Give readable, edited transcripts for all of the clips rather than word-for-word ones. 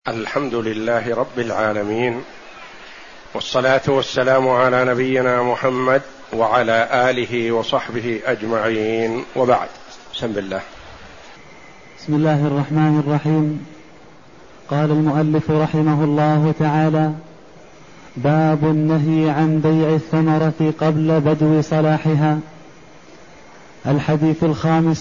الحمد لله رب العالمين، والصلاة والسلام على نبينا محمد وعلى آله وصحبه أجمعين، وبعد. بسم الله. بسم الله الرحمن الرحيم. قال المؤلف رحمه الله تعالى: باب النهي عن بيع الثمرة قبل بدو صلاحها. الحديث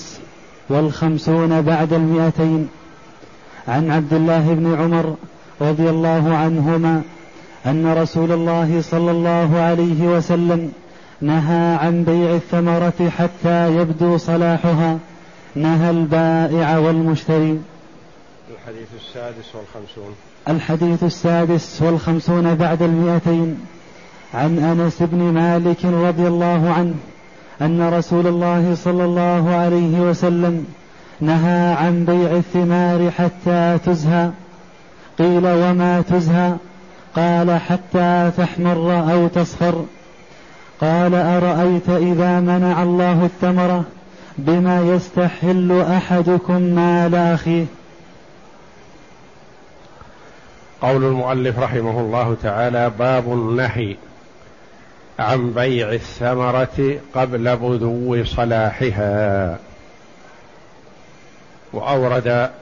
55 بعد 200. عن عبد الله بن عمر رضي الله عنهما أن رسول الله صلى الله عليه وسلم نهى عن بيع الثمرة حتى يبدو صلاحها، نهى البائع والمشتري. الحديث 56 بعد 200. عن أنس بن مالك رضي الله عنه أن رسول الله صلى الله عليه وسلم نهى عن بيع الثمار حتى تزهى. قيل: وما تزهى؟ قال: حتى تحمر أو تصفر. قال: أرأيت إذا منع الله الثمرة بما يستحل أحدكم مال أخيه. قول المؤلف رحمه الله تعالى: باب النهي عن بيع الثمرة قبل بدو صلاحها. وأورد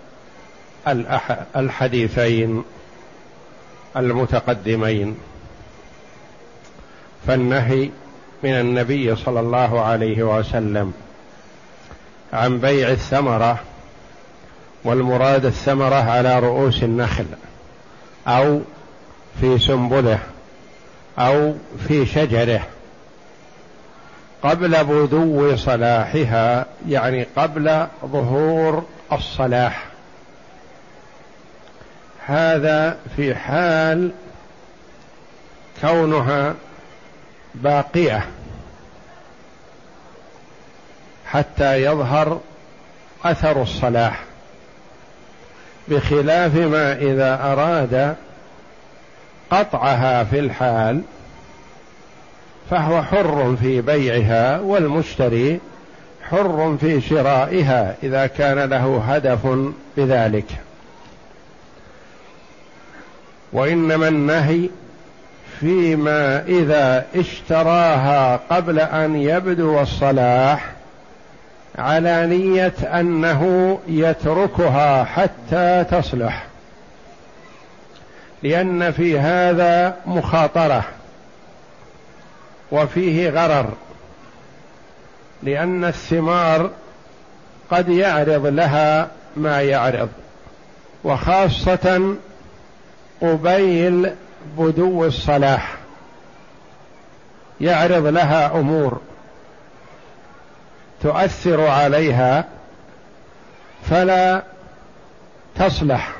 الحديثين المتقدمين. فالنهي من النبي صلى الله عليه وسلم عن بيع الثمرة، والمراد الثمرة على رؤوس النخل أو في سنبله أو في شجره، قبل بدو صلاحها، يعني قبل ظهور الصلاح. هذا في حال كونها باقية حتى يظهر أثر الصلاح، بخلاف ما إذا أراد قطعها في الحال فهو حر في بيعها، والمشتري حر في شرائها إذا كان له هدف بذلك. وإنما النهي فيما إذا اشتراها قبل أن يبدو الصلاح على نية أنه يتركها حتى تصلح، لأن في هذا مخاطرة وفيه غرر، لأن الثمار قد يعرض لها ما يعرض، وخاصة قبيل بدو الصلاح يعرض لها أمور تؤثر عليها فلا تصلح.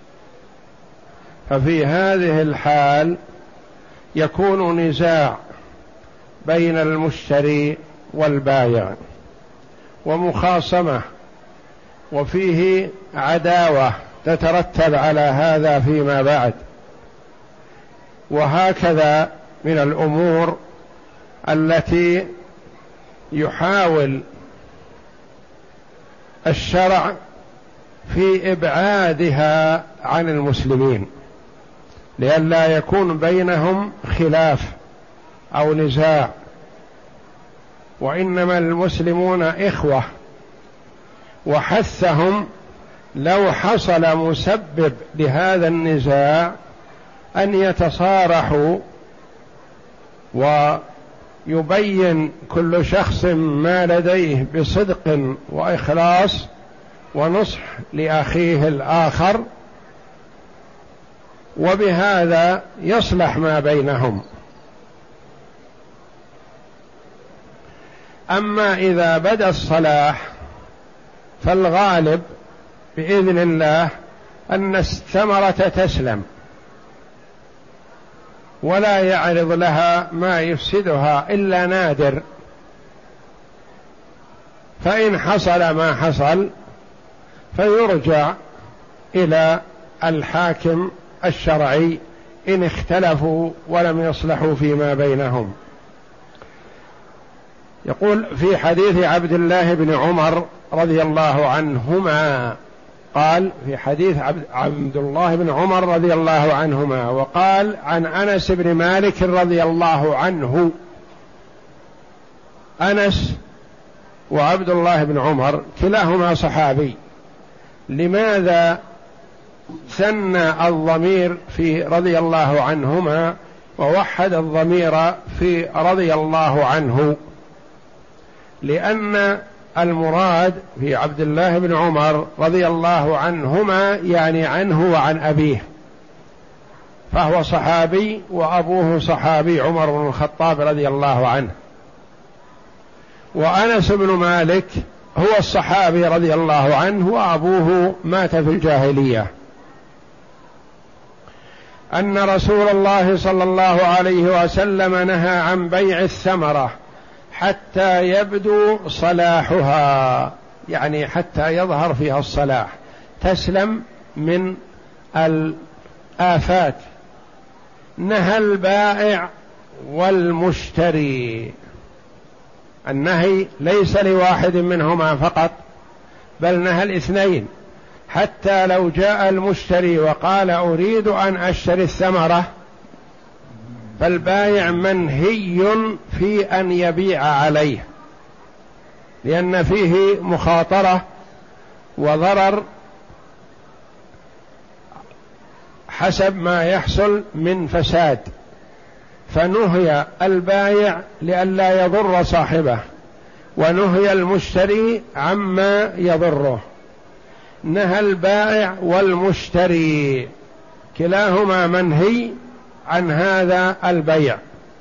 ففي هذه الحال يكون نزاع بين المشتري والبائع، ومخاصمة، وفيه عداوة تترتب على هذا فيما بعد. وهكذا من الأمور التي يحاول الشرع في إبعادها عن المسلمين لئلا يكون بينهم خلاف أو نزاع، وإنما المسلمون إخوة. وحثهم لو حصل مسبب لهذا النزاع أن يتصارحوا ويبين كل شخص ما لديه بصدق وإخلاص ونصح لأخيه الآخر، وبهذا يصلح ما بينهم. أما إذا بدا الصلاح فالغالب بإذن الله أن الثمرة تسلم ولا يعرض لها ما يفسدها إلا نادر. فإن حصل ما حصل فيرجع إلى الحاكم الشرعي إن اختلفوا ولم يصلحوا فيما بينهم. يقول في حديث عبد الله بن عمر رضي الله عنهما قال في حديث عبد الله بن عمر رضي الله عنهما، وقال عن أنس بن مالك رضي الله عنه. أنس وعبد الله بن عمر كلاهما صحابي، لماذا ثنى الضمير في رضي الله عنهما ووحد الضمير في رضي الله عنه؟ لأن المراد في عبد الله بن عمر رضي الله عنهما يعني عنه وعن أبيه، فهو صحابي وأبوه صحابي عمر بن الخطاب رضي الله عنه. وأنس بن مالك هو الصحابي رضي الله عنه وأبوه مات في الجاهلية. أن رسول الله صلى الله عليه وسلم نهى عن بيع الثمرة حتى يبدو صلاحها، يعني حتى يظهر فيها الصلاح، تسلم من الآفات. نهى البائع والمشتري، النهي ليس لواحد منهما فقط بل نهى الاثنين، حتى لو جاء المشتري وقال أريد أن أشتري الثمرة فالبائع منهي في أن يبيع عليه، لأن فيه مخاطرة وضرر حسب ما يحصل من فساد، فنهي البائع لئلا يضر صاحبه، ونهي المشتري عما يضره. نهى البائع والمشتري كلاهما منهي عن هذا البيع.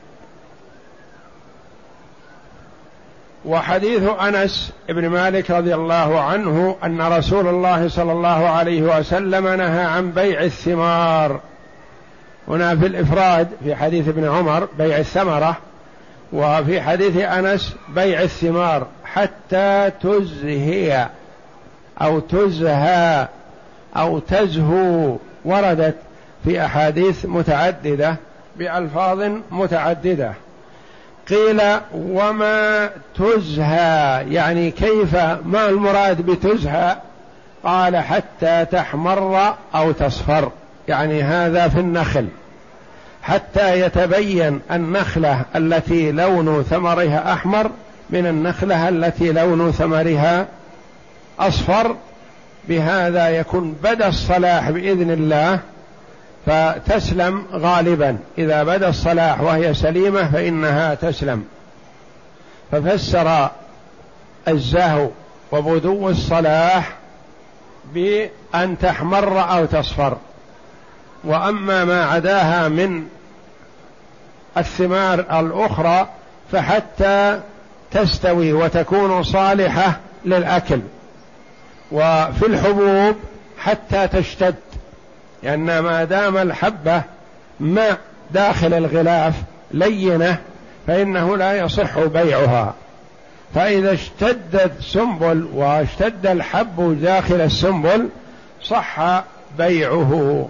وحديث أنس بن مالك رضي الله عنه أن رسول الله صلى الله عليه وسلم نهى عن بيع الثمار، هنا في الإفراد في حديث ابن عمر بيع الثمرة، وفي حديث أنس بيع الثمار حتى تزهي أو تزهى أو تزهو، وردت في أحاديث متعددة بألفاظ متعددة. قيل وما تزهى، يعني كيف، ما المراد بتزهى؟ قال حتى تحمر أو تصفر، يعني هذا في النخل، حتى يتبين النخلة التي لون ثمرها أحمر من النخلة التي لون ثمرها أصفر، بهذا يكون بدا الصلاح بإذن الله فتسلم غالبا. إذا بدا الصلاح وهي سليمة فإنها تسلم. ففسر الزهو وبدو الصلاح بأن تحمر أو تصفر. وأما ما عداها من الثمار الأخرى فحتى تستوي وتكون صالحة للأكل. وفي الحبوب حتى تشتد، لأن ما دام الحبة ما داخل الغلاف لينة فإنه لا يصح بيعها. فإذا اشتد السنبل واشتد الحب داخل السنبل صح بيعه.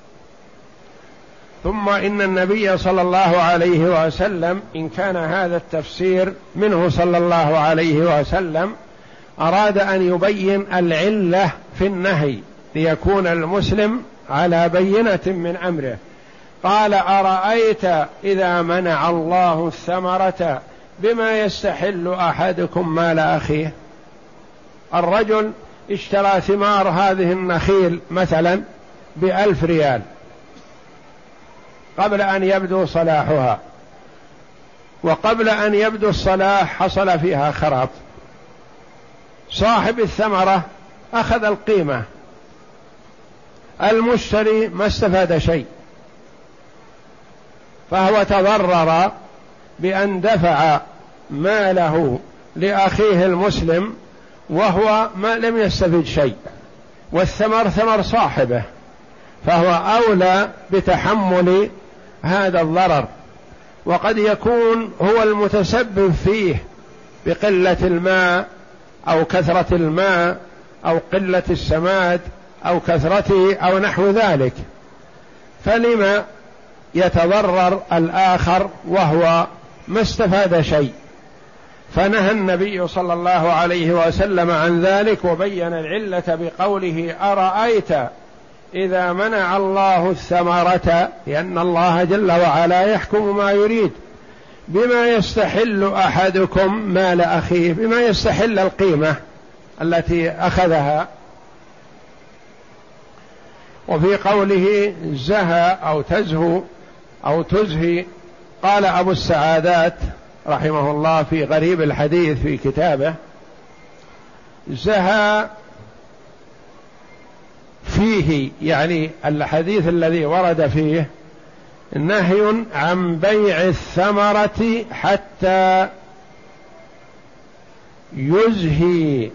ثم إن النبي صلى الله عليه وسلم إن كان هذا التفسير منه صلى الله عليه وسلم أراد أن يبين العلة في النهي ليكون المسلم على بينة من أمره. قال أرأيت إذا منع الله الثمرة بما يستحل أحدكم مال أخيه؟ الرجل اشترى ثمار هذه النخيل مثلا ب1,000 ريال قبل أن يبدو صلاحها، وقبل أن يبدو الصلاح حصل فيها خراب، صاحب الثمرة أخذ القيمة، المشتري ما استفاد شيء، فهو تضرر بأن دفع ماله لأخيه المسلم وهو ما لم يستفد شيء، والثمر ثمر صاحبه، فهو أولى بتحمل هذا الضرر. وقد يكون هو المتسبب فيه بقلة الماء أو كثرة الماء أو قلة السماد أو كثرته أو نحو ذلك، فلما يتضرر الآخر وهو ما استفاد شيء؟ فنهى النبي صلى الله عليه وسلم عن ذلك وبين العلة بقوله أرأيت إذا منع الله الثمرة، لأن الله جل وعلا يحكم ما يريد. بما يستحل أحدكم مال أخيه، بما يستحل القيمة التي أخذها. وفي قوله زهى أو تزهو أو تزهي، قال أبو السعادات رحمه الله في غريب الحديث في كتابه: زهى فيه، يعني الحديث الذي ورد فيه نهي عن بيع الثمرة حتى يزهي،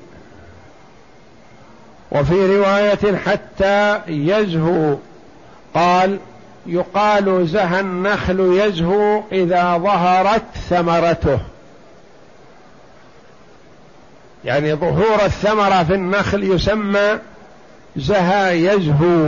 وفي رواية حتى يزهو. قال: يقال زهى النخل يزهو إذا ظهرت ثمرته، يعني ظهور الثمرة في النخل يسمى زهى يزهو.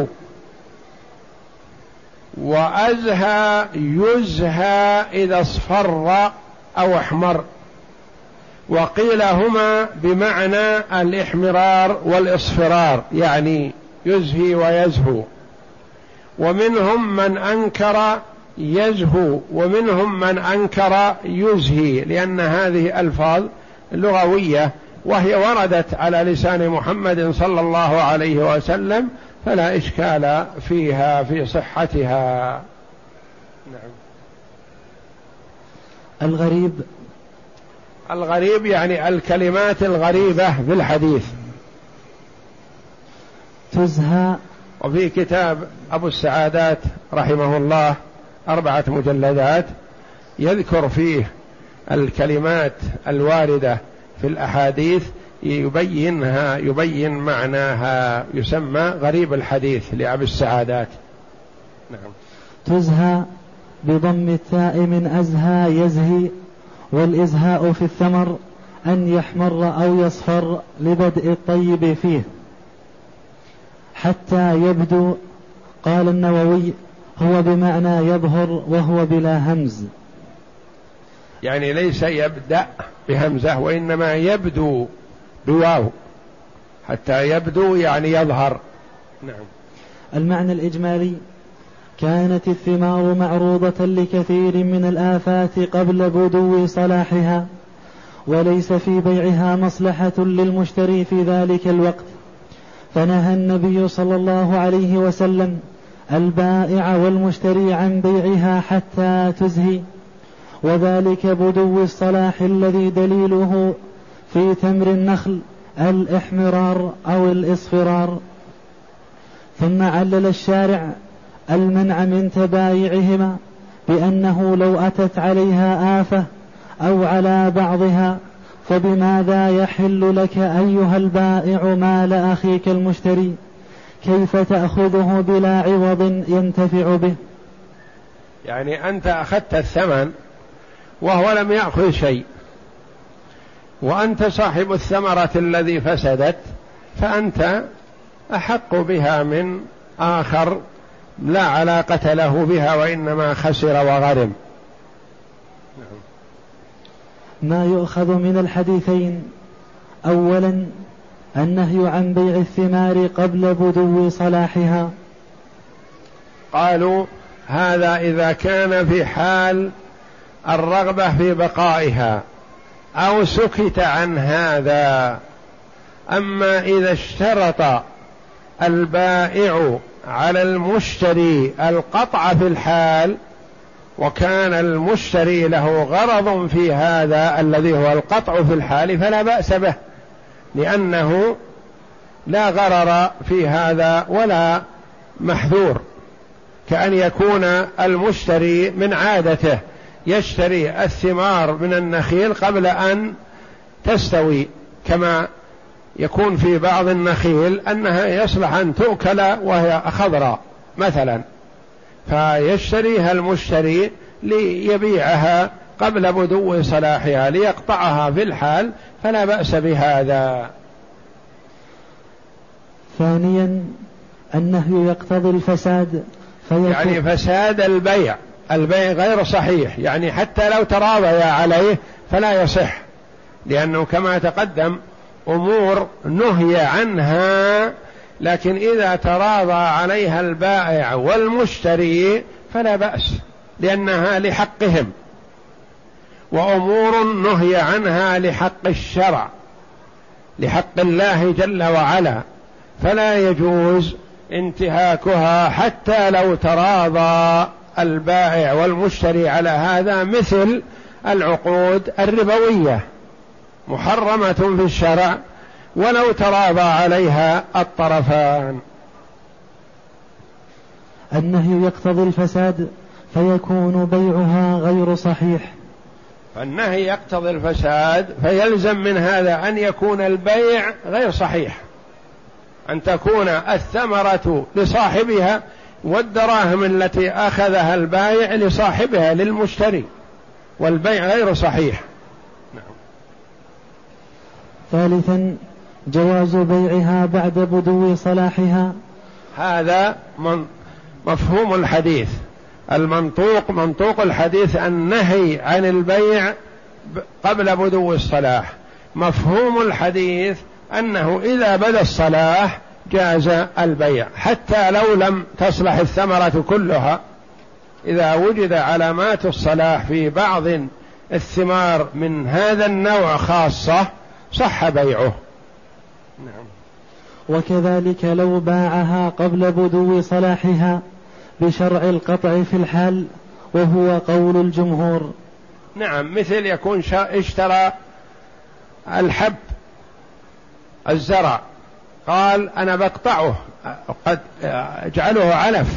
وأزهى يزهى إذا اصفر أو احمر، وقيل هما بمعنى الإحمرار والإصفرار، يعني يزهي ويزهو. ومنهم من أنكر يزهو ومنهم من أنكر يزهي، لأن هذه ألفاظ لغوية وهي وردت على لسان محمد صلى الله عليه وسلم، فلا إشكال فيها في صحتها. نعم. الغريب يعني الكلمات الغريبة في الحديث. تزهى. وفي كتاب أبو السعادات رحمه الله 4 مجلدات يذكر فيه الكلمات الواردة في الأحاديث، يبين معناها، يسمى غريب الحديث لأبي السعادات. نعم. تزهى بضم التاء من أزهى يزهي، والإزهاء في الثمر أن يحمر أو يصفر لبدء الطيب فيه حتى يبدو. قال النووي: هو بمعنى يظهر وهو بلا همز، يعني ليس يبدأ بهمزة وإنما يبدو بواو، حتى يبدو يعني يظهر. نعم. المعنى الإجمالي: كانت الثمار معروضة لكثير من الآفات قبل بدو صلاحها، وليس في بيعها مصلحة للمشتري في ذلك الوقت، فنهى النبي صلى الله عليه وسلم البائع والمشتري عن بيعها حتى تزهي، وذلك بدو الصلاح الذي دليله في تمر النخل الإحمرار أو الإصفرار. ثم علل الشارع المنع من تبايعهما بأنه لو أتت عليها آفة أو على بعضها فبماذا يحل لك أيها البائع مال أخيك المشتري؟ كيف تأخذه بلا عوض ينتفع به؟ يعني أنت أخذت الثمن وهو لم يأخذ شيء، وأنت صاحب الثمرة الذي فسدت، فأنت أحق بها من آخر لا علاقة له بها وإنما خسر وغرم. ما يؤخذ من الحديثين: أولا النهي عن بيع الثمار قبل بدو صلاحها. قالوا هذا إذا كان في حال الرغبة في بقائها أو سكت عن هذا. أما إذا اشترط البائع على المشتري القطع في الحال، وكان المشتري له غرض في هذا الذي هو القطع في الحال، فلا بأس به، لأنه لا غرر في هذا ولا محذور. كأن يكون المشتري من عادته يشتري الثمار من النخيل قبل أن تستوي، كما يكون في بعض النخيل أنها يصلح أن تؤكل وهي خضراء مثلا، فيشتريها المشتري ليبيعها قبل بدو صلاحها ليقطعها في الحال، فلا بأس بهذا. ثانيا النهي يقتضي الفساد، يعني فساد البيع غير صحيح، يعني حتى لو تراضيا عليه فلا يصح، لأنه كما تقدم أمور نهي عنها، لكن إذا تراضى عليها البائع والمشتري فلا بأس لأنها لحقهم، وأمور نهي عنها لحق الشرع لحق الله جل وعلا، فلا يجوز انتهاكها حتى لو تراضى البائع والمشتري على هذا، مثل العقود الربوية محرمة في الشرع ولو تراضى عليها الطرفان. النهي يقتضي الفساد فيكون بيعها غير صحيح. فالنهي يقتضي الفساد فيلزم من هذا أن يكون البيع غير صحيح، أن تكون الثمرة لصاحبها والدراهم التي أخذها البائع لصاحبها للمشتري، والبيع غير صحيح. ثالثا جواز بيعها بعد بدو صلاحها. هذا مفهوم الحديث، منطوق الحديث النهي عن البيع قبل بدو الصلاح. مفهوم الحديث أنه إذا بدا الصلاح جاز البيع حتى لو لم تصلح الثمرة كلها، إذا وجد علامات الصلاح في بعض الثمار من هذا النوع خاصة صح بيعه. نعم. وكذلك لو باعها قبل بدو صلاحها بشرع القطع في الحال، وهو قول الجمهور. نعم، مثل يكون اشترى الحب الزرع، قال أنا بقطعه قد اجعله علف،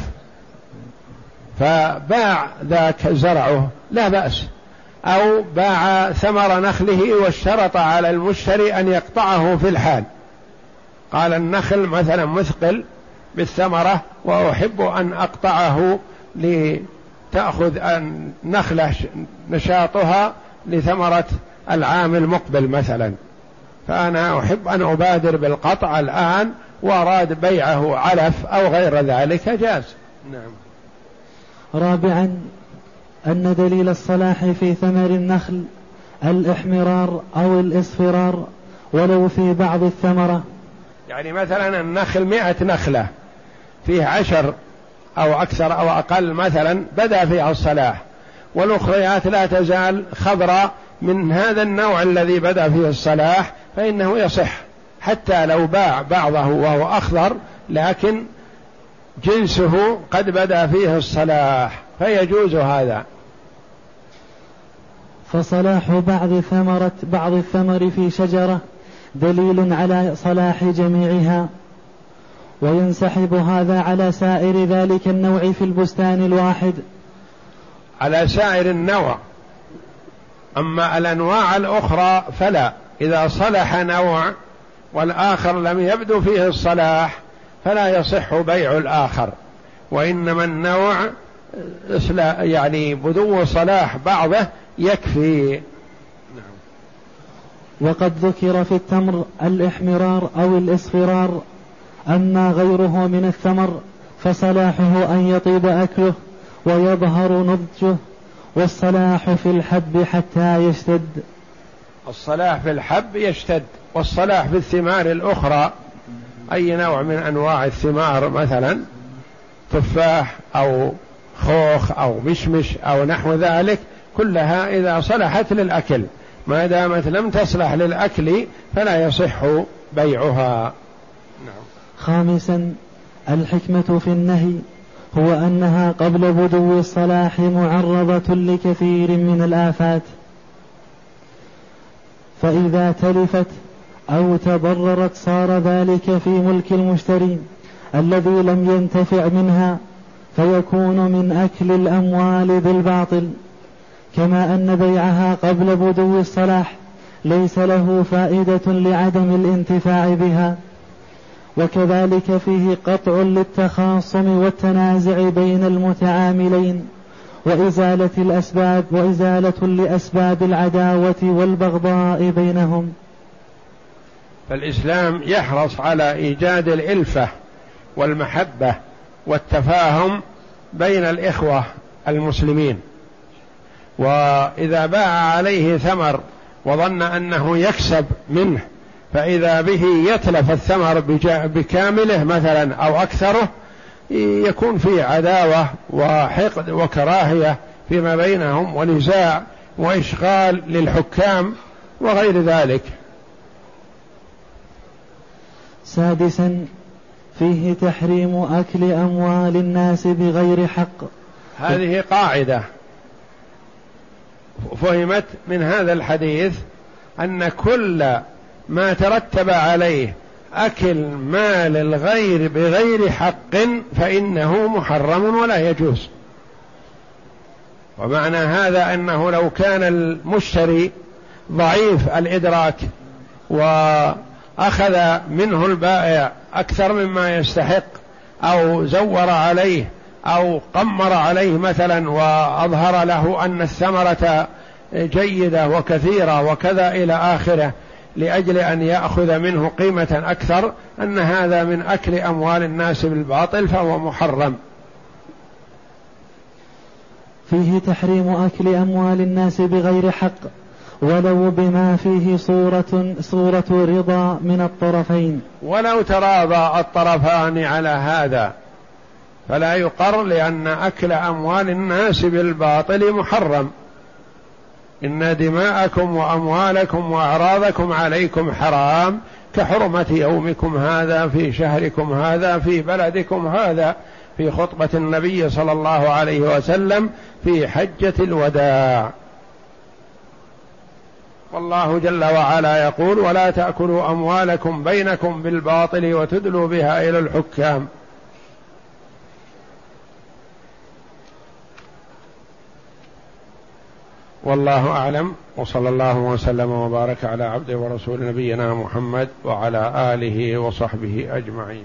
فباع ذاك زرعه لا بأس، أو باع ثمر نخله واشترط على المشتري أن يقطعه في الحال، قال النخل مثلا مثقل بالثمرة وأحب أن أقطعه لتأخذ النخلة نشاطها لثمرة العام المقبل مثلا، فأنا أحب أن أبادر بالقطع الآن، وأراد بيعه علف أو غير ذلك جاز. نعم. رابعا أن دليل الصلاح في ثمر النخل الإحمرار أو الإصفرار ولو في بعض الثمرة. يعني مثلا النخل 100 نخلة فيه 10 أو أكثر أو أقل مثلا بدأ فيها الصلاح، والأخريات لا تزال خضراء من هذا النوع الذي بدأ فيه الصلاح، فإنه يصح حتى لو باع بعضه وهو أخضر لكن جنسه قد بدأ فيه الصلاح فيجوز هذا. فصلاح بعض الثمر في شجرة دليل على صلاح جميعها، وينسحب هذا على سائر ذلك النوع في البستان الواحد. على سائر النوع، أما الأنواع الأخرى فلا، إذا صلح نوع والآخر لم يبدو فيه الصلاح فلا يصح بيع الآخر، وإنما النوع يعني بدو صلاح بعضه يكفي. وقد ذكر في التمر الإحمرار أو الإصفرار، أما غيره من الثمر فصلاحه أن يطيب أكله ويظهر نضجه، والصلاح في الحب حتى يشتد. الصلاح في الحب يشتد، والصلاح في الثمار الأخرى أي نوع من أنواع الثمار مثلا تفاح أو خوخ أو مشمش أو نحو ذلك كلها إذا صلحت للأكل، ما دامت لم تصلح للأكل فلا يصح بيعها. نعم. خامسا الحكمة في النهي هو أنها قبل بدو الصلاح معرضة لكثير من الآفات، فإذا تلفت أو تضررت صار ذلك في ملك المشتري الذي لم ينتفع منها، فيكون من أكل الأموال بالباطل، كما أن بيعها قبل بدو الصلاح ليس له فائدة لعدم الانتفاع بها. وكذلك فيه قطع للتخاصم والتنازع بين المتعاملين، وإزالة لأسباب العداوة والبغضاء بينهم. فالإسلام يحرص على إيجاد الألفة والمحبة والتفاهم بين الإخوة المسلمين، وإذا باع عليه ثمر وظن أنه يكسب منه، فإذا به يتلف الثمر بكامله مثلا أو أكثره، يكون فيه عداوة وحقد وكراهية فيما بينهم ونزاع وإشغال للحكام وغير ذلك. سادسا فيه تحريم أكل أموال الناس بغير حق. هذه قاعدة فهمت من هذا الحديث أن كل ما ترتب عليه أكل مال الغير بغير حق فإنه محرم ولا يجوز. ومعنى هذا أنه لو كان المشتري ضعيف الإدراك وأخذ منه البائع أكثر مما يستحق أو زور عليه أو قمر عليه مثلا وأظهر له أن الثمرة جيدة وكثيرة وكذا إلى آخره لأجل أن يأخذ منه قيمة أكثر، أن هذا من أكل أموال الناس بالباطل فهو محرم. فيه تحريم أكل أموال الناس بغير حق ولو بما فيه صورة رضا من الطرفين، ولو تراضى الطرفان على هذا فلا يقر، لأن أكل أموال الناس بالباطل محرم. إن دماءكم وأموالكم وأعراضكم عليكم حرام كحرمة يومكم هذا في شهركم هذا في بلدكم هذا، في خطبة النبي صلى الله عليه وسلم في حجة الوداع. والله جل وعلا يقول: ولا تأكلوا أموالكم بينكم بالباطل وتدلوا بها إلى الحكام. والله أعلم، وصلى الله وسلم وبارك على عبده ورسول نبينا محمد وعلى آله وصحبه أجمعين.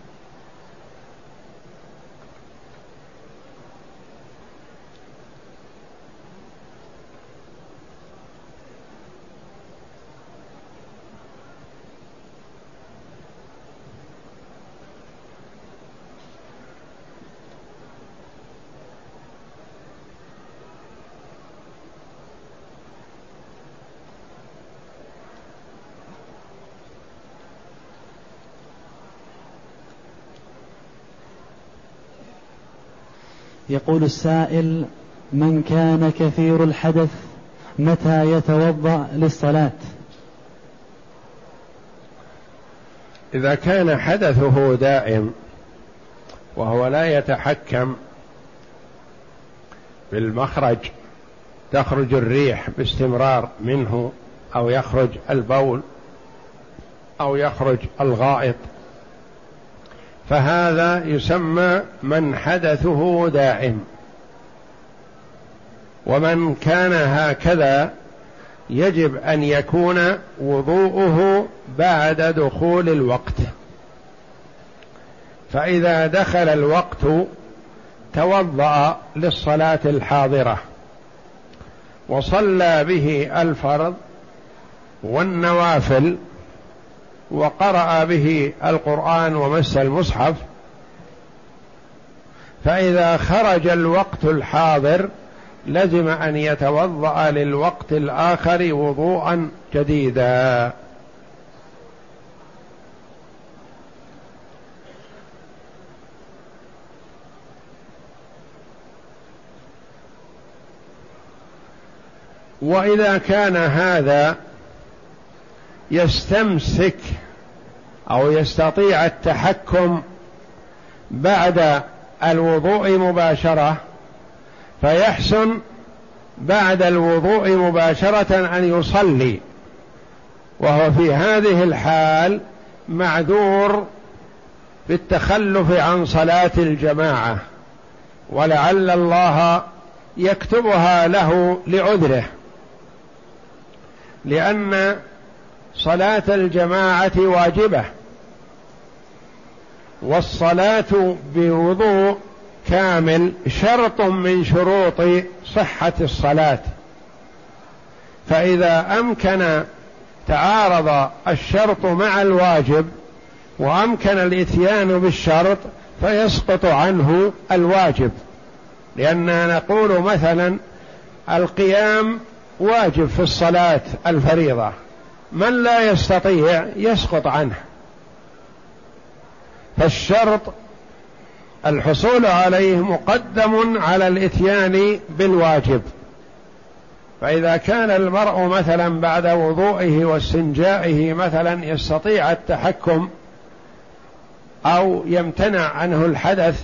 يقول السائل: من كان كثير الحدث متى يتوضأ للصلاة؟ إذا كان حدثه دائم وهو لا يتحكم بالمخرج، تخرج الريح باستمرار منه أو يخرج البول أو يخرج الغائط، فهذا يسمى من حدثه دائم. ومن كان هكذا يجب أن يكون وضوءه بعد دخول الوقت، فإذا دخل الوقت توضأ للصلاة الحاضرة وصلى به الفرض والنوافل وقرأ به القرآن ومس المصحف، فإذا خرج الوقت الحاضر لزم أن يتوضأ للوقت الآخر وضوءا جديدا. وإذا كان هذا يستمسك أو يستطيع التحكم بعد الوضوء مباشرة، فيحسن بعد الوضوء مباشرة أن يصلي، وهو في هذه الحال معذور بالتخلف عن صلاة الجماعة، ولعل الله يكتبها له لعذره، لأن صلاة الجماعة واجبة، والصلاة بوضوء كامل شرط من شروط صحة الصلاة، فإذا أمكن تعارض الشرط مع الواجب وأمكن الإتيان بالشرط فيسقط عنه الواجب. لأننا نقول مثلا القيام واجب في الصلاة الفريضة، من لا يستطيع يسقط عنه، فالشرط الحصول عليه مقدم على الإتيان بالواجب. فإذا كان المرء مثلا بعد وضوئه واستنجائه مثلا يستطيع التحكم أو يمتنع عنه الحدث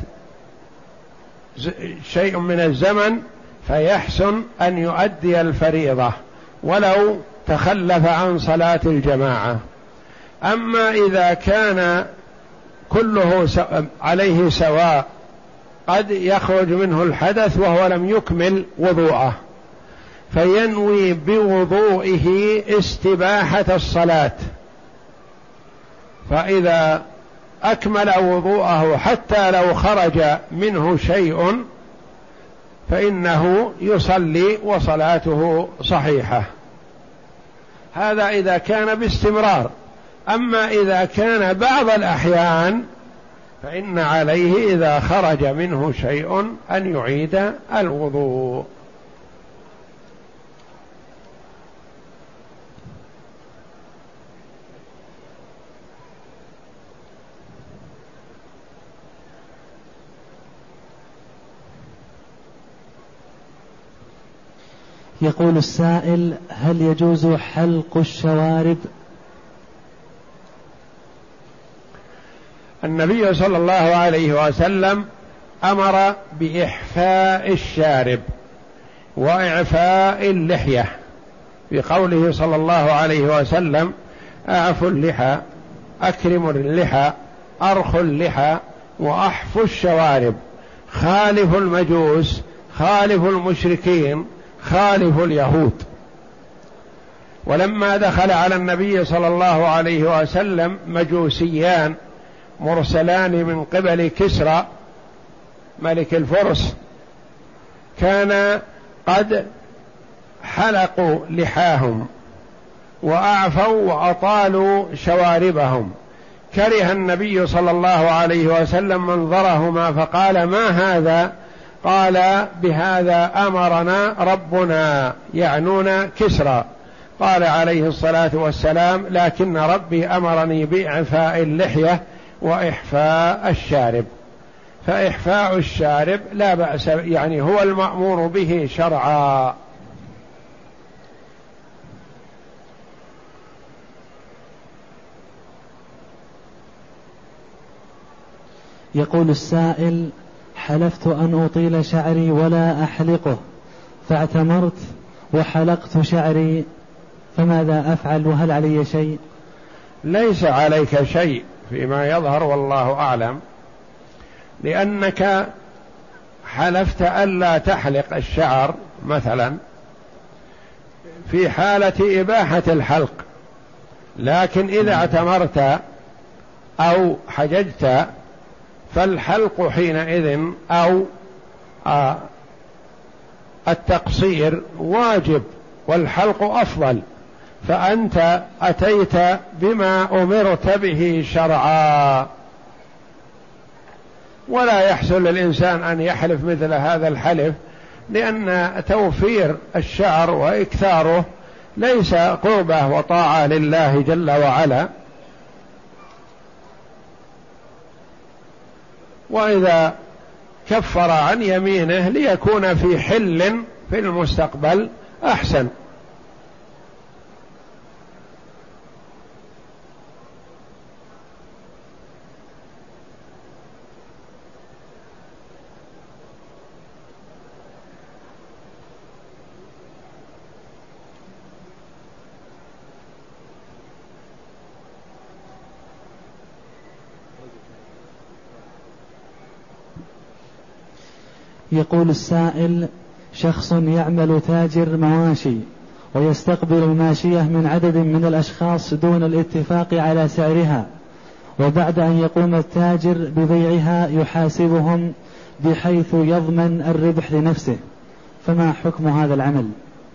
شيء من الزمن، فيحسن أن يؤدي الفريضة ولو تخلف عن صلاة الجماعة. أما إذا كان كله عليه سواء، قد يخرج منه الحدث وهو لم يكمل وضوءه، فينوي بوضوئه استباحة الصلاة، فإذا أكمل وضوءه حتى لو خرج منه شيء فإنه يصلي وصلاته صحيحة. هذا إذا كان باستمرار. أما إذا كان بعض الأحيان فإن عليه إذا خرج منه شيء أن يعيد الوضوء. يقول السائل: هل يجوز حلق الشوارب؟ النبي صلى الله عليه وسلم أمر بإحفاء الشارب وإعفاء اللحية، بقوله صلى الله عليه وسلم: أعفوا اللحى، أكرموا اللحى، أرخوا اللحى، وأحفوا الشوارب، خالفوا المجوس، خالفوا المشركين، خالفوا اليهود. ولما دخل على النبي صلى الله عليه وسلم مجوسيان مرسلان من قبل كسرى ملك الفرس، كان قد حلقوا لحاهم وأعفوا وأطالوا شواربهم، كره النبي صلى الله عليه وسلم منظرهما فقال: ما هذا؟ قال: بهذا أمرنا ربنا، يعنون كسرى. قال عليه الصلاة والسلام: لكن ربي أمرني بإعفاء اللحية وإحفاء الشارب. فإحفاء الشارب لا بأس، يعني هو المأمور به شرعا. يقول السائل: حلفت أن أطيل شعري ولا أحلقه، فاعتمرت وحلقت شعري، فماذا أفعل وهل علي شيء؟ ليس عليك شيء فيما يظهر والله أعلم، لأنك حلفت ألا تحلق الشعر مثلا في حالة إباحة الحلق، لكن إذا اعتمرت أو حججت فالحلق حينئذ أو التقصير واجب، والحلق أفضل، فأنت أتيت بما أمرت به شرعا. ولا يحسن للإنسان أن يحلف مثل هذا الحلف، لأن توفير الشعر وإكثاره ليس قربة وطاعة لله جل وعلا. وإذا كفر عن يمينه ليكون في حل في المستقبل أحسن. يقول السائل: شخص يعمل تاجر مواشي ويستقبل الماشية من عدد من الأشخاص دون الاتفاق على سعرها، وبعد أن يقوم التاجر ببيعها يحاسبهم بحيث يضمن الربح لنفسه، فما حكم هذا العمل؟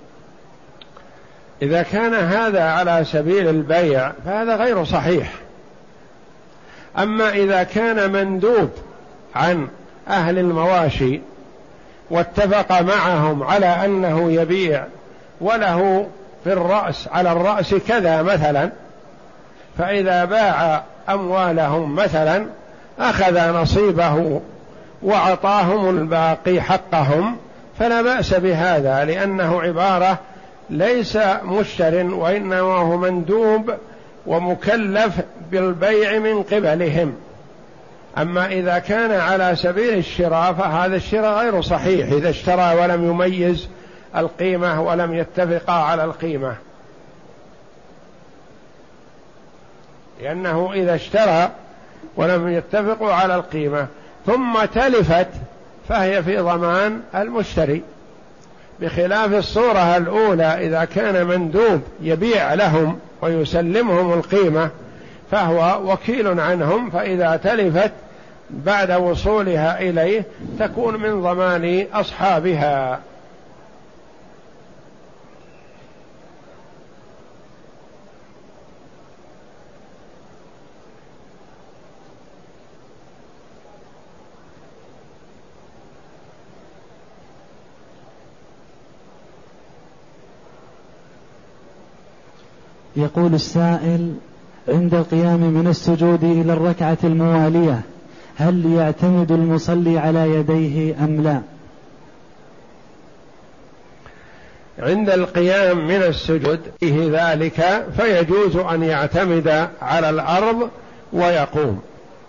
إذا كان هذا على سبيل البيع فهذا غير صحيح. أما إذا كان مندوب عن أهل المواشي واتفق معهم على أنه يبيع وله في الرأس على الرأس كذا مثلا، فإذا باع أموالهم مثلا أخذ نصيبه وأعطاهم الباقي حقهم، فلا بأس بهذا، لأنه عبارة ليس مشتر وإنما هو مندوب ومكلف بالبيع من قبلهم. أما إذا كان على سبيل الشراء فهذا الشراء غير صحيح إذا اشترى ولم يميز القيمة ولم يتفقا على القيمة، لأنه إذا اشترى ولم يتفقوا على القيمة ثم تلفت فهي في ضمان المشتري، بخلاف الصورة الأولى إذا كان مندوب يبيع لهم ويسلمهم القيمة فهو وكيل عنهم، فإذا تلفت بعد وصولها إليه تكون من ضمان أصحابها. يقول السائل: عند القيام من السجود إلى الركعة الموالية هل يعتمد المصلي على يديه أم لا؟ عند القيام من السجود فيه ذلك فيجوز أن يعتمد على الأرض ويقوم.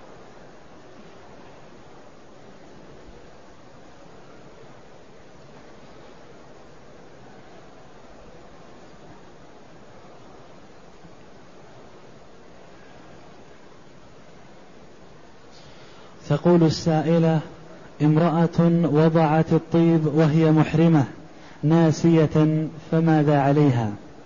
تقول السائلة: امرأة وضعت الطيب وهي محرمة ناسية فماذا عليها؟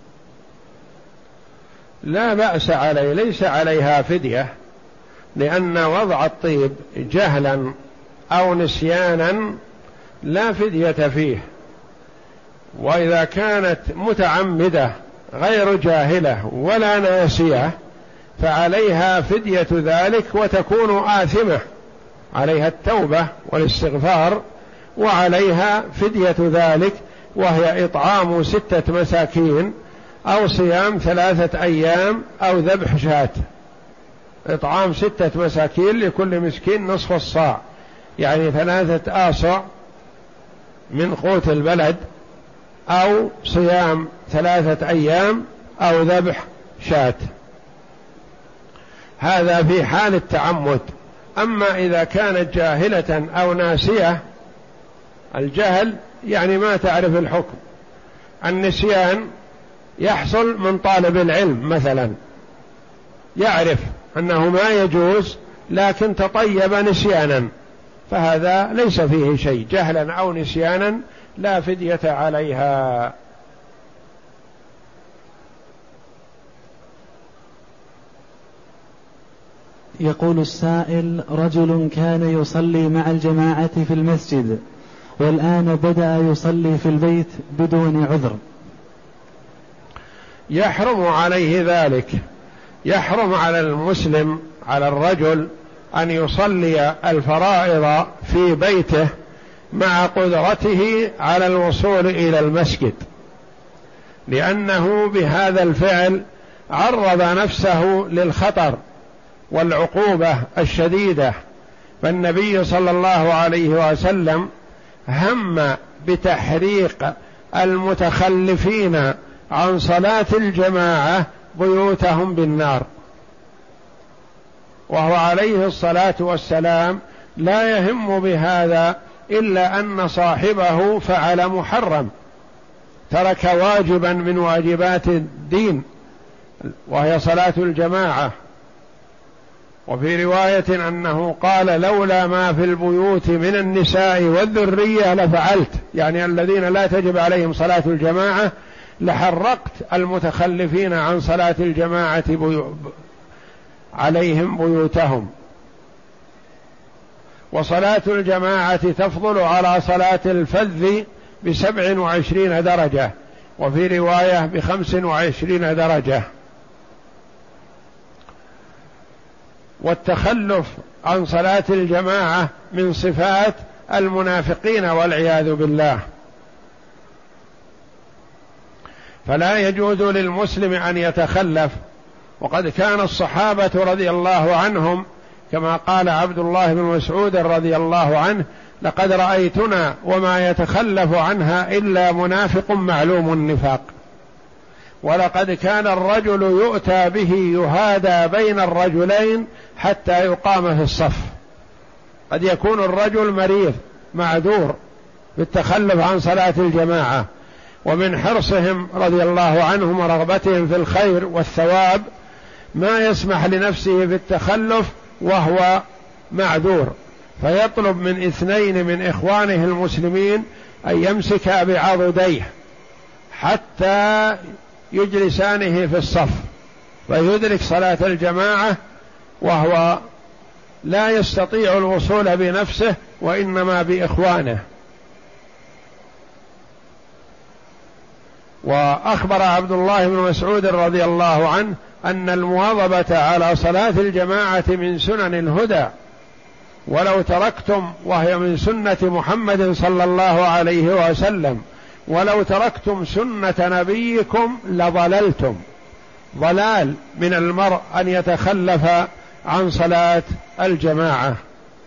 لا بأس عليه، ليس عليها فدية، لأن وضع الطيب جهلا أو نسيانا لا فدية فيه، وإذا كانت متعمدة غير جاهلة ولا ناسية فعليها فدية ذلك وتكون آثمة، عليها التوبة والاستغفار وعليها فدية ذلك، وهي إطعام 6 مساكين أو صيام 3 أيام أو ذبح شاة. إطعام 6 مساكين لكل مسكين نصف الصاع، يعني 3 آصع من قوت البلد، أو صيام 3 أيام أو ذبح شاة. هذا في حال التعمد. أما إذا كانت جاهلة أو ناسية، الجهل يعني ما تعرف الحكم، النسيان يحصل من طالب العلم مثلا يعرف أنه ما يجوز لكن تطيب نسيانا، فهذا ليس فيه شيء، جهلا أو نسيانا لا فدية عليها. يقول السائل: رجل كان يصلي مع الجماعة في المسجد والآن بدأ يصلي في البيت بدون عذر، يحرم عليه ذلك، يحرم على المسلم على الرجل أن يصلي الفرائض في بيته مع قدرته على الوصول إلى المسجد، لأنه بهذا الفعل عرض نفسه للخطر والعقوبة الشديدة. فالنبي صلى الله عليه وسلم هم بتحريق المتخلفين عن صلاة الجماعة بيوتهم بالنار، وهو عليه الصلاة والسلام لا يهم بهذا إلا أن صاحبه فعل محرم، ترك واجبا من واجبات الدين وهي صلاة الجماعة. وفي رواية أنه قال: لولا ما في البيوت من النساء والذرية لفعلت، يعني الذين لا تجب عليهم صلاة الجماعة لحرقت المتخلفين عن صلاة الجماعة عليهم بيوتهم. وصلاة الجماعة تفضل على صلاة الفذ ب27 درجة، وفي رواية ب25 درجة. والتخلف عن صلاة الجماعة من صفات المنافقين والعياذ بالله. فلا يجوز للمسلم أن يتخلف. وقد كان الصحابة رضي الله عنهم كما قال عبد الله بن مسعود رضي الله عنه: لقد رأيتنا وما يتخلف عنها إلا منافق معلوم النفاق. ولقد كان الرجل يؤتى به يهادى بين الرجلين حتى يقام في الصف. قد يكون الرجل مريض معذور بالتخلف عن صلاة الجماعة، ومن حرصهم رضي الله عنهم ورغبتهم في الخير والثواب ما يسمح لنفسه بالتخلف وهو معذور، فيطلب من اثنين من إخوانه المسلمين أن يمسك بعضديه حتى يجلسانه في الصف ويدرك صلاة الجماعة وهو لا يستطيع الوصول بنفسه وإنما بإخوانه. وأخبر عبد الله بن مسعود رضي الله عنه أن المواظبة على صلاة الجماعة من سنن الهدى، ولو تركتم، وهي من سنة محمد صلى الله عليه وسلم، ولو تركتم سنة نبيكم لضللتم. ضلال من المرء أن يتخلف عن صلاة الجماعة،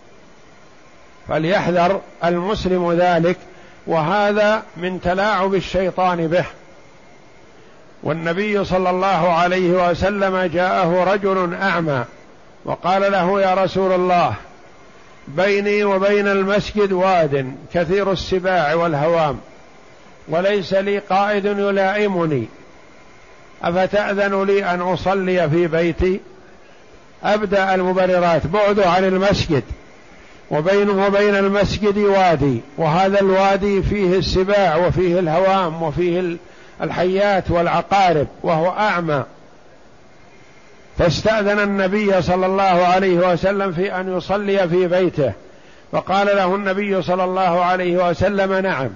فليحذر المسلم ذلك، وهذا من تلاعب الشيطان به. والنبي صلى الله عليه وسلم جاءه رجل أعمى وقال له: يا رسول الله، بيني وبين المسجد واد كثير السباع والهوام، وليس لي قائد يلائمني، أفتأذن لي أن أصلي في بيتي؟ أبدأ المبررات: بعد عن المسجد، وبينه وبين المسجد وادي، وهذا الوادي فيه السباع وفيه الهوام وفيه الحيات والعقارب، وهو أعمى. فاستأذن النبي صلى الله عليه وسلم في أن يصلي في بيته، فقال له النبي صلى الله عليه وسلم: نعم.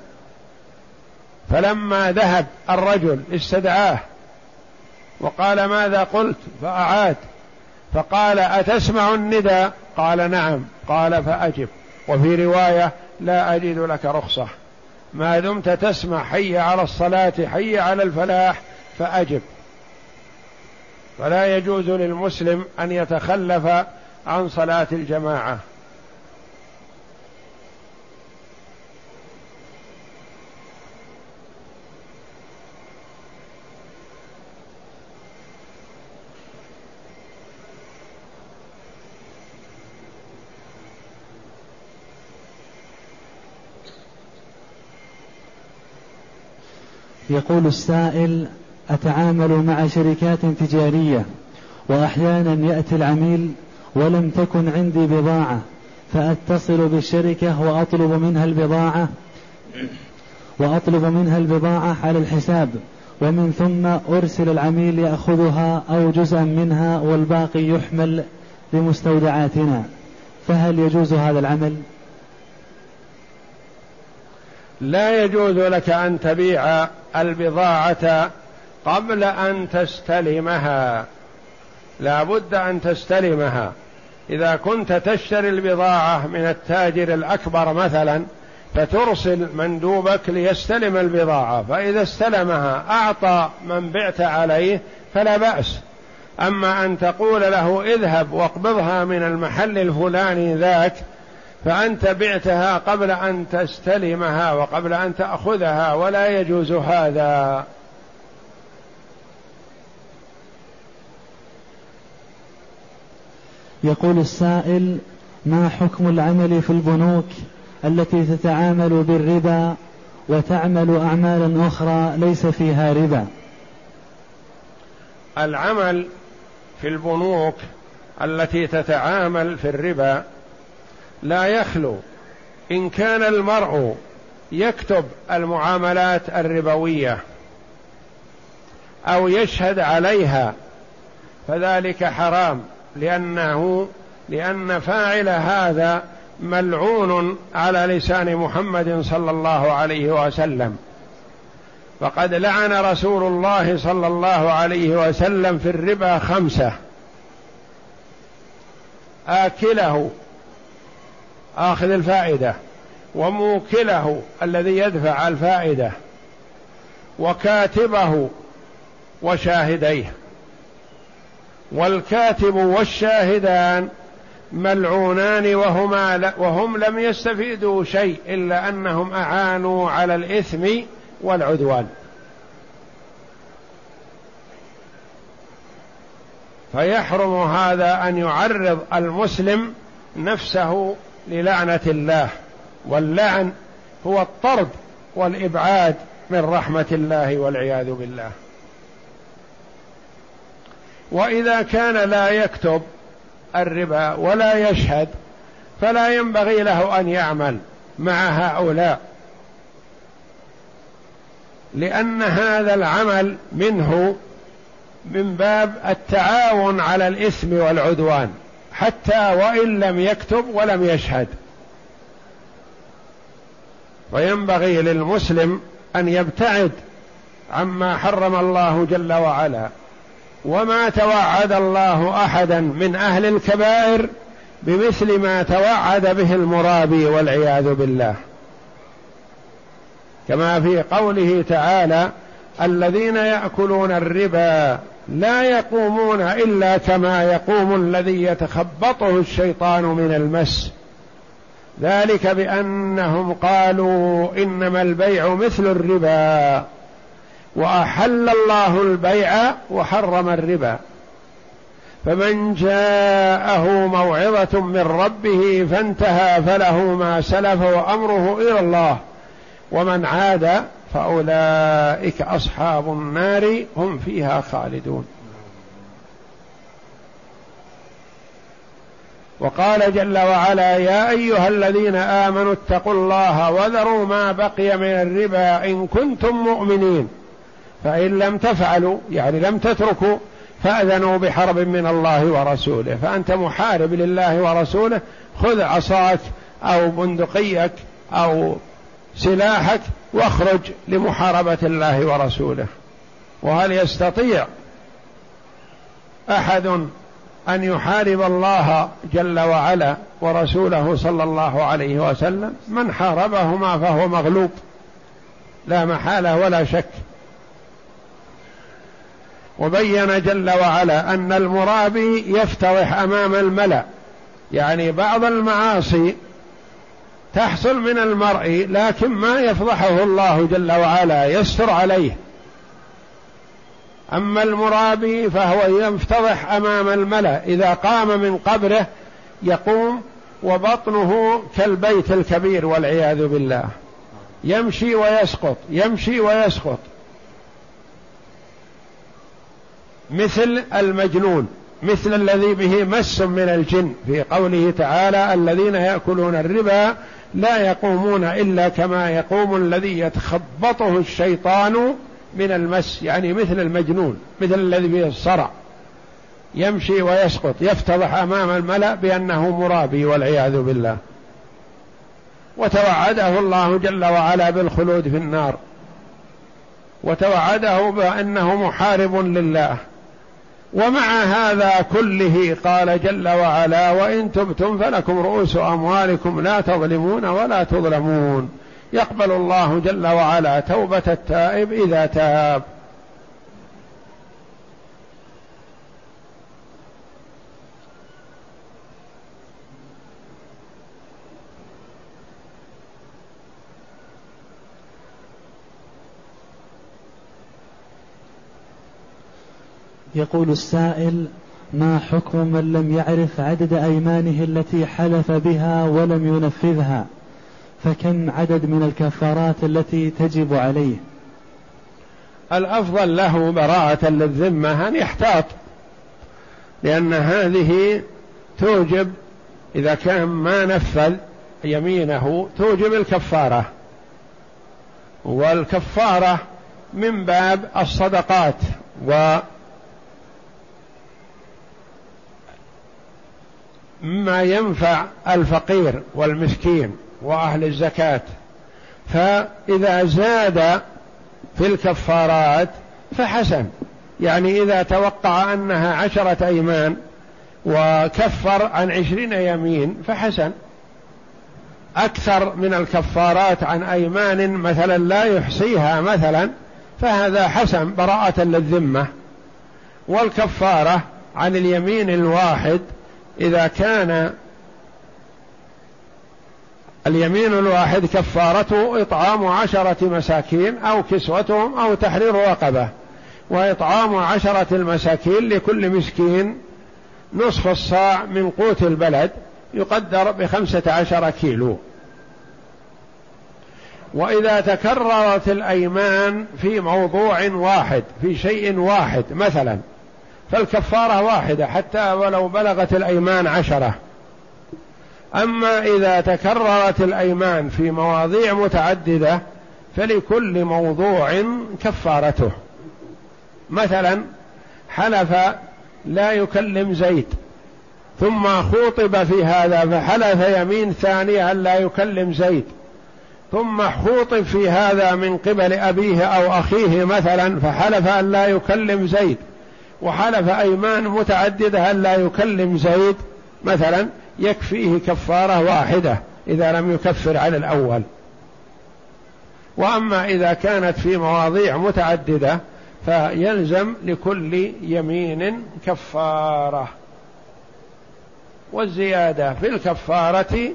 فلما ذهب الرجل استدعاه وقال: ماذا قلت؟ فأعاد، فقال: أتسمع الندى؟ قال: نعم. قال: فأجب. وفي رواية: لا أجد لك رخصة، ما دمت تسمع حي على الصلاة حي على الفلاح فأجب. فلا يجوز للمسلم أن يتخلف عن صلاة الجماعة. يقول السائل: أتعامل مع شركات تجارية، وأحيانا يأتي العميل ولم تكن عندي بضاعة، فأتصل بالشركة وأطلب منها البضاعة على الحساب، ومن ثم أرسل العميل يأخذها أو جزءا منها والباقي يحمل لمستودعاتنا، فهل يجوز هذا العمل؟ لا يجوز لك أن تبيع البضاعة قبل أن تستلمها، لا بد أن تستلمها. إذا كنت تشتري البضاعة من التاجر الأكبر مثلا، فترسل مندوبك ليستلم البضاعة، فإذا استلمها أعطى من بعت عليه فلا بأس. أما أن تقول له: اذهب واقبضها من المحل الفلاني ذاك، فأنت بعتها قبل أن تستلمها وقبل أن تأخذها، ولا يجوز هذا. يقول السائل: ما حكم العمل في البنوك التي تتعامل بالربا وتعمل أعمالا أخرى ليس فيها ربا؟ العمل في البنوك التي تتعامل في الربا لا يخلو إن كان المرء يكتب المعاملات الربوية أو يشهد عليها، فذلك حرام، لأن فاعل هذا ملعون على لسان محمد صلى الله عليه وسلم. فقد لعن رسول الله صلى الله عليه وسلم في الربا 5: آكله آخذ الفائدة، وموكله الذي يدفع الفائدة، وكاتبه وشاهديه، والكاتب والشاهدان ملعونان وهم لم يستفيدوا شيء إلا أنهم أعانوا على الإثم والعدوان. فيحرم هذا أن يعرض المسلم نفسه للعنة الله، واللعن هو الطرد والإبعاد من رحمة الله والعياذ بالله. وإذا كان لا يكتب الربا ولا يشهد فلا ينبغي له أن يعمل مع هؤلاء، لأن هذا العمل منه من باب التعاون على الإثم والعدوان حتى وإن لم يكتب ولم يشهد. وينبغي للمسلم أن يبتعد عما حرم الله جل وعلا، وما توعد الله أحدا من أهل الكبائر بمثل ما توعد به المرابي والعياذ بالله، كما في قوله تعالى: الذين يأكلون الربا لا يقومون إلا كما يقوم الذي يتخبطه الشيطان من المس، ذلك بأنهم قالوا إنما البيع مثل الربا وأحل الله البيع وحرم الربا، فمن جاءه موعظة من ربه فانتهى فله ما سلف وأمره إلى الله ومن عاد فأولئك أصحاب النار هم فيها خالدون. وقال جل وعلا: يا أيها الذين آمنوا اتقوا الله وذروا ما بقي من الربا إن كنتم مؤمنين، فإن لم تفعلوا يعني لم تتركوا فأذنوا بحرب من الله ورسوله. فأنت محارب لله ورسوله، خذ عصاك أو بندقيك أو سلاحك واخرج لمحاربة الله ورسوله. وهل يستطيع أحد أن يحارب الله جل وعلا ورسوله صلى الله عليه وسلم؟ من حاربهما فهو مغلوب لا محالة ولا شك. وبين جل وعلا أن المرابي يفتضح أمام الملأ، يعني بعض المعاصي تحصل من المرء لكن ما يفضحه الله جل وعلا، يستر عليه. أما المرابي فهو يفتضح أمام الملأ، إذا قام من قبره يقوم وبطنه كالبيت الكبير والعياذ بالله، يمشي ويسقط يمشي ويسقط مثل المجنون، مثل الذي به مس من الجن، في قوله تعالى: الذين يأكلون الربا لا يقومون إلا كما يقوم الذي يتخبطه الشيطان من المس، يعني مثل المجنون، مثل الذي به الصرع، يمشي ويسقط، يفتضح أمام الملأ بأنه مرابي والعياذ بالله. وتوعده الله جل وعلا بالخلود في النار، وتوعده بأنه محارب لله. ومع هذا كله قال جل وعلا: وإن تبتم فلكم رؤوس أموالكم لا تظلمون ولا تظلمون. يقبل الله جل وعلا توبة التائب إذا تاب. يقول السائل: ما حكم من لم يعرف عدد أيمانه التي حلف بها ولم ينفذها؟ فكم عدد من الكفارات التي تجب عليه؟ الأفضل له براءة للذمة أن يحتاط، لأن هذه توجب إذا كان ما نفذ يمينه توجب الكفارة، والكفارة من باب الصدقات وما ينفع الفقير والمسكين وأهل الزكاة. فإذا زاد في الكفارات فحسن، يعني إذا توقع أنها 10 أيمان وكفر عن 20 يمين فحسن. أكثر من الكفارات عن أيمان مثلا لا يحصيها مثلا فهذا حسن براءة للذمة. والكفارة عن اليمين الواحد إذا كان اليمين الواحد كفارته إطعام 10 مساكين أو كسوتهم أو تحرير رقبة، وإطعام 10 المساكين لكل مسكين نصف الصاع من قوت البلد يقدر ب15 كيلو. وإذا تكررت الأيمان في موضوع واحد في شيء واحد مثلا فالكفارة واحدة حتى ولو بلغت الأيمان 10. أما إذا تكررت الأيمان في مواضيع متعددة فلكل موضوع كفارته. مثلا حلف لا يكلم زيد ثم خوطب في هذا فحلف يمين ثانية أن لا يكلم زيد، ثم خوطب في هذا من قبل أبيه أو أخيه مثلا فحلف أن لا يكلم زيد، وحلف أيمان متعددة أن لا يكلم زيد مثلا، يكفيه كفارة واحدة إذا لم يكفر على الأول. وأما إذا كانت في مواضيع متعددة فيلزم لكل يمين كفارة. والزيادة في الكفارة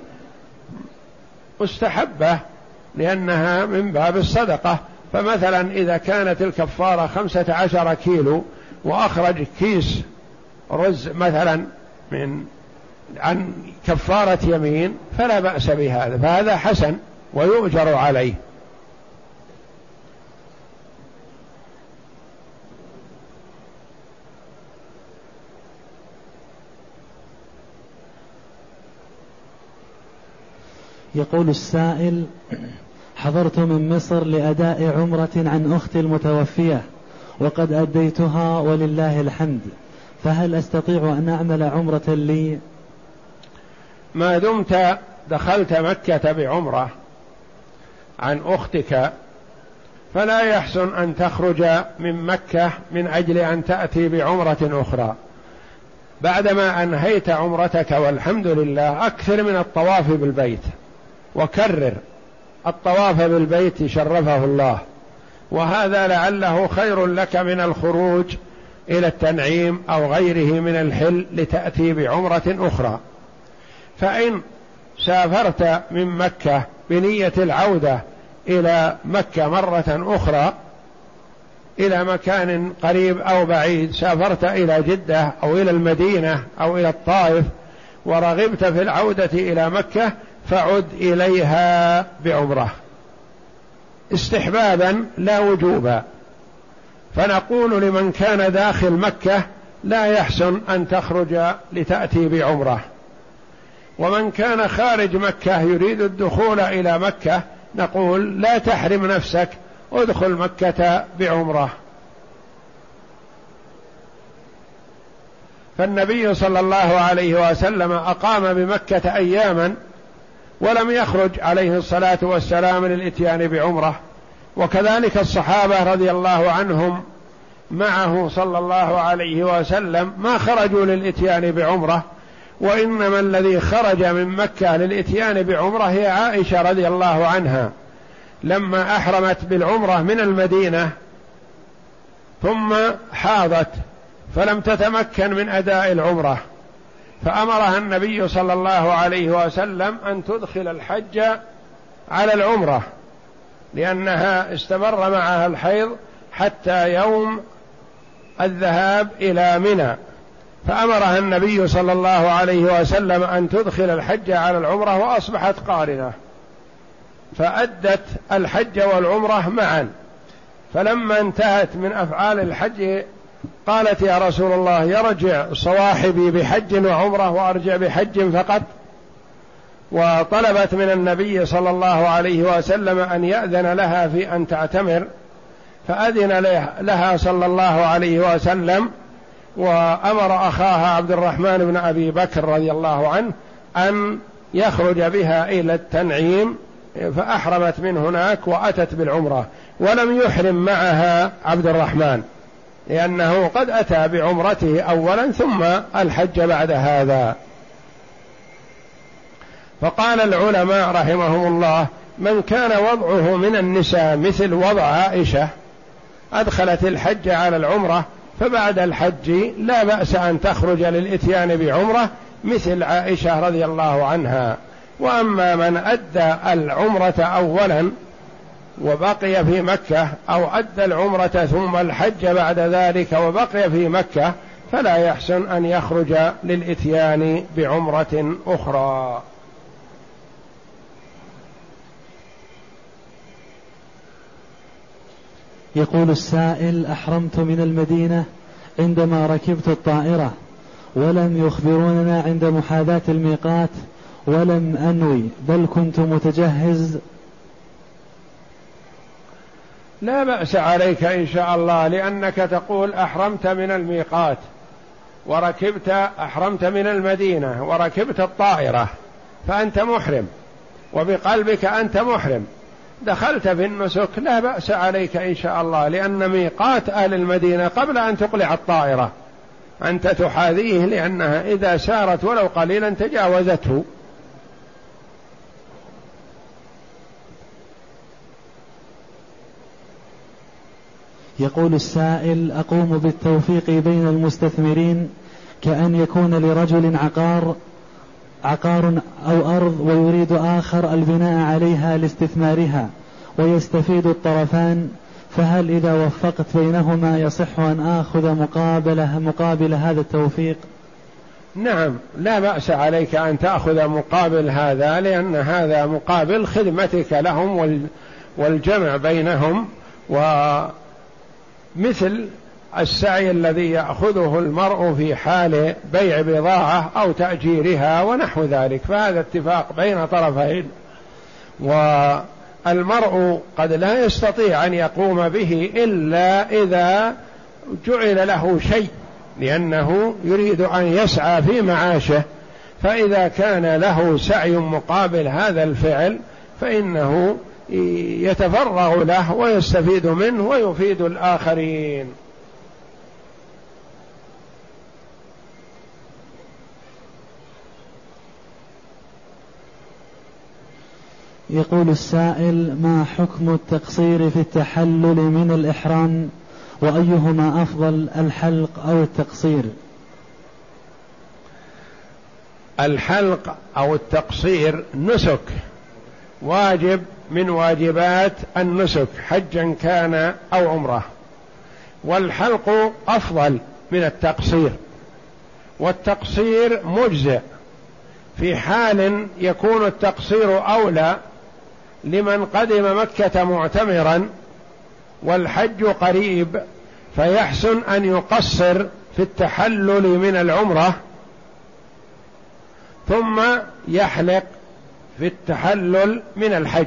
مستحبة لأنها من باب الصدقة. فمثلا إذا كانت الكفارة 15 كيلو وأخرج كيس رز مثلا عن كفارة يمين فلا بأس بهذا، فهذا حسن ويؤجر عليه. يقول السائل: حضرت من مصر لأداء عمرة عن أختي المتوفية وقد أديتها ولله الحمد، فهل أستطيع أن أعمل عمرة لي؟ ما دمت دخلت مكة بعمرة عن أختك فلا يحسن أن تخرج من مكة من أجل أن تأتي بعمرة أخرى. بعدما أنهيت عمرتك والحمد لله أكثر من الطواف بالبيت، وكرر الطواف بالبيت شرفه الله، وهذا لعله خير لك من الخروج إلى التنعيم أو غيره من الحل لتأتي بعمرة أخرى. فإن سافرت من مكة بنية العودة إلى مكة مرة أخرى إلى مكان قريب أو بعيد، سافرت إلى جدة أو إلى المدينة أو إلى الطائف ورغبت في العودة إلى مكة، فعد إليها بعمرة استحبابا لا وجوبا. فنقول لمن كان داخل مكة لا يحسن أن تخرج لتأتي بعمرة، ومن كان خارج مكة يريد الدخول إلى مكة نقول لا تحرم نفسك، ادخل مكة بعمرة. فالنبي صلى الله عليه وسلم أقام بمكة أياما ولم يخرج عليه الصلاة والسلام للإتيان بعمرة، وكذلك الصحابة رضي الله عنهم معه صلى الله عليه وسلم ما خرجوا للإتيان بعمرة، وإنما الذي خرج من مكة للإتيان بعمرة هي عائشة رضي الله عنها لما أحرمت بالعمرة من المدينة ثم حاضت فلم تتمكن من أداء العمرة، فأمرها النبي صلى الله عليه وسلم أن تدخل الحج على العمرة لأنها استمر معها الحيض حتى يوم الذهاب إلى منى، فأمرها النبي صلى الله عليه وسلم أن تدخل الحج على العمرة وأصبحت قارنة، فأدت الحج والعمرة معا. فلما انتهت من أفعال الحج قالت: يا رسول الله، يرجع صواحبي بحج وعمرة وأرجع بحج فقط؟ وطلبت من النبي صلى الله عليه وسلم أن يأذن لها في أن تعتمر، فأذن لها صلى الله عليه وسلم، وأمر أخاها عبد الرحمن بن أبي بكر رضي الله عنه أن يخرج بها إلى التنعيم، فأحرمت من هناك وأتت بالعمرة، ولم يحرم معها عبد الرحمن لأنه قد أتى بعمرته أولا ثم الحج بعد هذا. فقال العلماء رحمهم الله: من كان وضعه من النساء مثل وضع عائشة أدخلت الحج على العمرة، فبعد الحج لا بأس أن تخرج للإتيان بعمرة مثل عائشة رضي الله عنها. وأما من أدى العمرة أولا وبقي في مكة، أو أدى العمرة ثم الحج بعد ذلك وبقي في مكة، فلا يحسن أن يخرج للإتيان بعمرة أخرى. يقول السائل: أحرمت من المدينة عندما ركبت الطائرة، ولم يخبروننا عند محاذاة الميقات، ولم أنوي بل كنت متجهز. لا بأس عليك إن شاء الله، لأنك تقول أحرمت من الميقات أحرمت من المدينة وركبت الطائرة، فأنت محرم وبقلبك أنت محرم، دخلت في النسك، لا بأس عليك إن شاء الله، لأن ميقات أهل المدينة قبل أن تقلع الطائرة أنت تحاذيه، لأنها إذا سارت ولو قليلا تجاوزته. يقول السائل: أقوم بالتوفيق بين المستثمرين، كأن يكون لرجل عقار أو أرض ويريد آخر البناء عليها لاستثمارها ويستفيد الطرفان، فهل إذا وفقت بينهما يصح أن آخذ مقابل هذا التوفيق؟ نعم، لا بأس عليك أن تأخذ مقابل هذا، لأن هذا مقابل خدمتك لهم والجمع بينهم، ومثل السعي الذي يأخذه المرء في حال بيع بضاعة أو تأجيرها ونحو ذلك، فهذا اتفاق بين طرفين، والمرء قد لا يستطيع أن يقوم به إلا إذا جعل له شيء، لأنه يريد أن يسعى في معاشه، فإذا كان له سعي مقابل هذا الفعل فإنه يتفرغ له ويستفيد منه ويفيد الآخرين. يقول السائل: ما حكم التقصير في التحلل من الإحرام، وأيهما أفضل، الحلق أو التقصير؟ الحلق أو التقصير نسك، واجب من واجبات النسك، حجا كان أو عمره، والحلق أفضل من التقصير، والتقصير مجزئ في حال يكون التقصير أولى لمن قدم مكة معتمرا والحج قريب، فيحسن أن يقصر في التحلل من العمرة ثم يحلق في التحلل من الحج.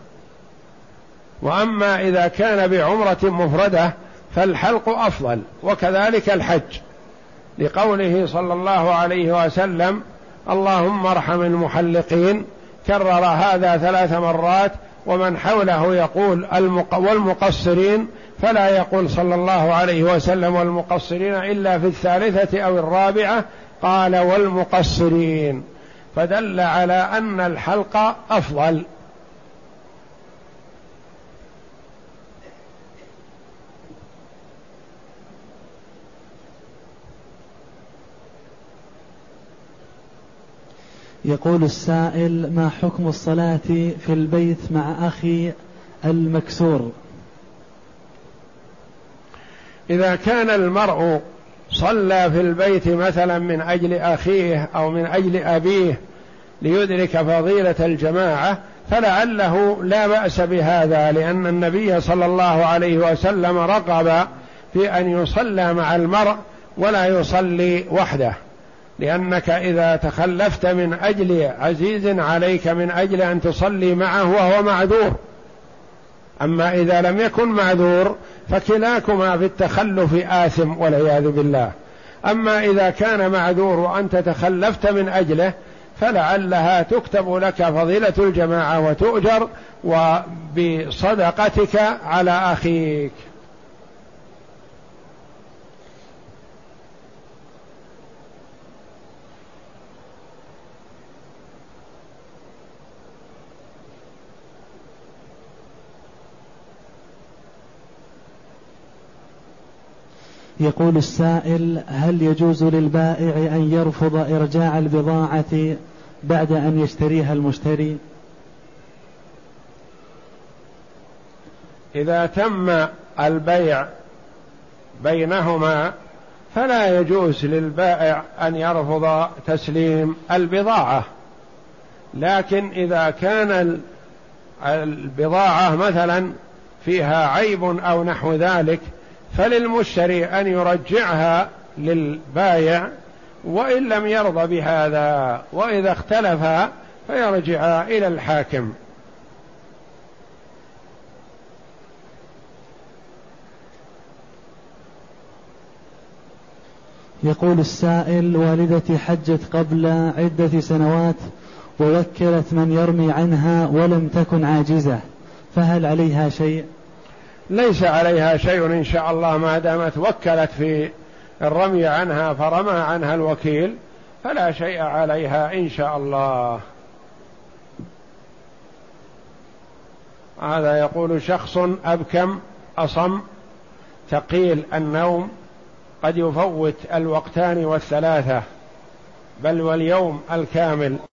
وأما إذا كان بعمرة مفردة فالحلق أفضل، وكذلك الحج، لقوله صلى الله عليه وسلم: اللهم ارحم المحلقين، كرر هذا 3 مرات، ومن حوله يقول والمقصرين، فلا يقول صلى الله عليه وسلم والمقصرين إلا في 3 أو 4، قال والمقصرين، فدل على أن الحلق أفضل. يقول السائل: ما حكم الصلاة في البيت مع أخي المكسور؟ إذا كان المرء صلى في البيت مثلا من أجل أخيه أو من أجل أبيه ليدرك فضيلة الجماعة، فلعله لا بأس بهذا، لأن النبي صلى الله عليه وسلم رغب في أن يصلى مع المرء ولا يصلي وحده، لأنك إذا تخلفت من أجل عزيز عليك من أجل أن تصلي معه وهو معذور، أما إذا لم يكن معذور فكلاكما في التخلف آثم والعياذ بالله. أما إذا كان معذور وأنت تخلفت من أجله فلعلها تكتب لك فضيلة الجماعة وتؤجر وبصدقتك على أخيك. يقول السائل: هل يجوز للبائع أن يرفض إرجاع البضاعة بعد أن يشتريها المشتري؟ إذا تم البيع بينهما فلا يجوز للبائع أن يرفض تسليم البضاعة، لكن إذا كان البضاعة مثلا فيها عيب أو نحو ذلك فللمشتري أن يرجعها للبائع وإن لم يرضى بهذا، وإذا اختلفا فيرجع إلى الحاكم. يقول السائل: والدتي حجت قبل عدة سنوات ووكلت من يرمي عنها ولم تكن عاجزة، فهل عليها شيء؟ ليس عليها شيء إن شاء الله، ما دامت وكلت في الرمي عنها فرمى عنها الوكيل فلا شيء عليها إن شاء الله. هذا يقول شخص أبكم أصم ثقيل النوم، قد يفوت الوقتان والثلاثة بل واليوم الكامل.